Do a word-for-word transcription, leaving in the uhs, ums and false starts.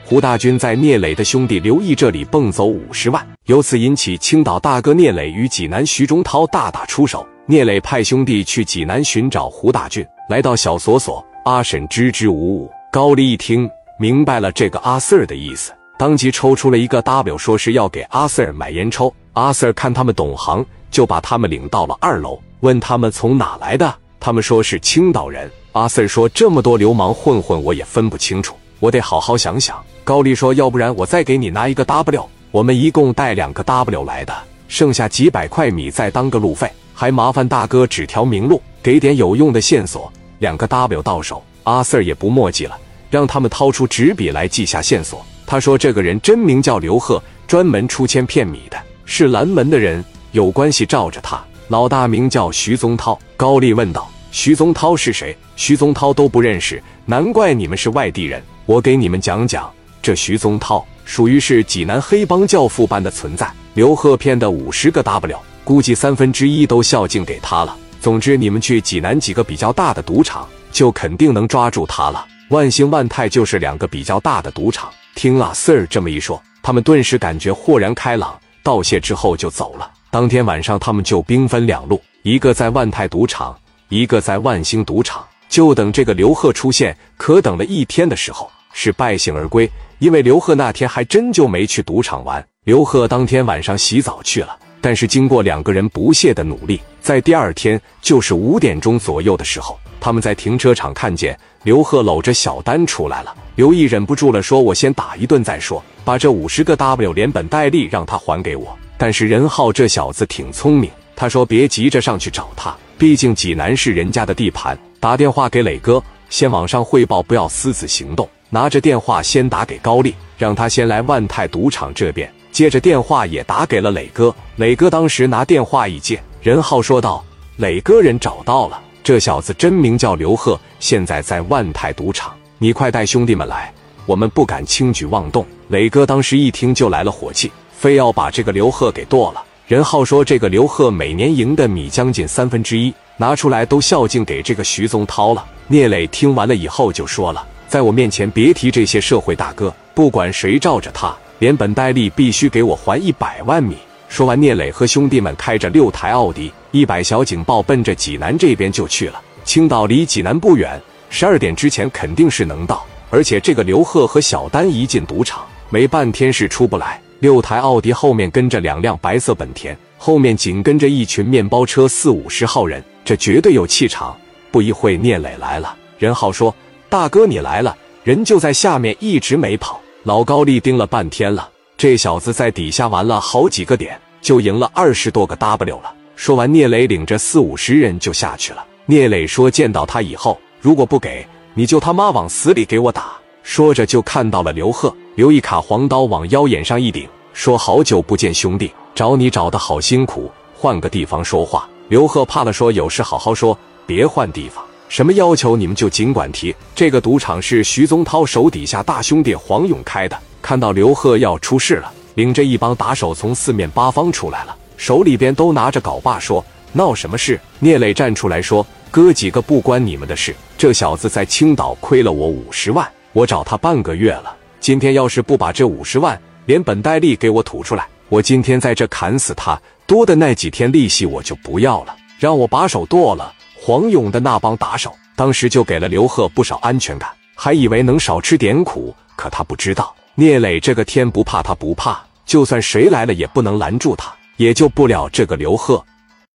胡大军在聂磊的兄弟刘毅这里蹦走五十万，由此引起青岛大哥聂磊与济南徐中涛大打出手。聂磊派兄弟去济南寻找胡大军，来到小锁锁，阿婶支支吾吾。高丽一听明白了这个阿 Sir 的意思，当即抽出了一个 W， 说是要给阿 Sir 买烟抽。阿 Sir 看他们懂行，就把他们领到了二楼，问他们从哪来的，他们说是青岛人。阿 Sir 说这么多流氓混混我也分不清楚，我得好好想想。高丽说要不然我再给你拿一个 W， 我们一共带两个 W 来的，剩下几百块米再当个路费，还麻烦大哥指条明路，给点有用的线索。两个 W 到手，阿 Sir 也不墨迹了，让他们掏出纸笔来记下线索。他说这个人真名叫刘贺，专门出钱骗米的，是蓝门的人，有关系罩着他。老大名叫徐宗涛。高丽问道：徐宗涛是谁？徐宗涛都不认识，难怪你们是外地人。我给你们讲讲，这徐宗涛属于是济南黑帮教父般的存在。刘贺骗的五十个 W， 估计三分之一都孝敬给他了。总之你们去济南几个比较大的赌场，就肯定能抓住他了。万兴万泰就是两个比较大的赌场。听阿 Sir 这么一说，他们顿时感觉豁然开朗，道谢之后就走了。当天晚上他们就兵分两路，一个在万泰赌场，一个在万兴赌场，就等这个刘贺出现。可等了一天的时候，是败兴而归，因为刘贺那天还真就没去赌场玩。刘贺当天晚上洗澡去了，但是经过两个人不懈的努力，在第二天就是五点钟左右的时候，他们在停车场看见刘贺搂着小丹出来了。刘毅忍不住了，说我先打一顿再说，把这五十个 W 连本带利让他还给我。但是任浩这小子挺聪明，他说别急着上去找他，毕竟济南是人家的地盘，打电话给磊哥，先往上汇报，不要私自行动。拿着电话先打给高丽，让他先来万泰赌场这边，接着电话也打给了磊哥。磊哥当时拿电话一接，任浩说道：磊哥人找到了，这小子真名叫刘贺，现在在万泰赌场，你快带兄弟们来，我们不敢轻举妄动。磊哥当时一听就来了火气，非要把这个刘贺给剁了。任浩说这个刘贺每年赢的米将近三分之一，拿出来都孝敬给这个徐宗涛了。聂磊听完了以后就说了，在我面前别提这些社会大哥，不管谁罩着他，连本带利必须给我还一百万米。说完，聂磊和兄弟们开着六台奥迪一百小警报奔着济南这边就去了。青岛离济南不远，十二点之前肯定是能到。而且这个刘贺和小丹一进赌场，没半天是出不来。六台奥迪后面跟着两辆白色本田，后面紧跟着一群面包车，四五十号人，这绝对有气场。不一会，聂磊来了。任浩说：大哥你来了。人就在下面一直没跑。老高丽盯了半天了，这小子在底下玩了好几个点，就赢了二十多个 W 了。说完，聂磊领着四五十人就下去了。聂磊说见到他以后，如果不给，你就他妈往死里给我打。说着就看到了刘贺，刘一卡黄刀往腰眼上一顶，说好久不见兄弟，找你找得好辛苦，换个地方说话。刘贺怕了，说有事好好说，别换地方，什么要求你们就尽管提。这个赌场是徐宗涛手底下大兄弟黄勇开的。看到刘贺要出事了，领着一帮打手从四面八方出来了，手里边都拿着镐把，说闹什么事。聂磊站出来说，哥几个不关你们的事，这小子在青岛亏了我五十万，我找他半个月了，今天要是不把这五十万连本带利给我吐出来，我今天在这砍死他，多的那几天利息我就不要了，让我把手剁了。黄勇的那帮打手当时就给了刘贺不少安全感，还以为能少吃点苦，可他不知道聂磊这个天不怕他不怕，就算谁来了也不能拦住他，也救不了这个刘贺。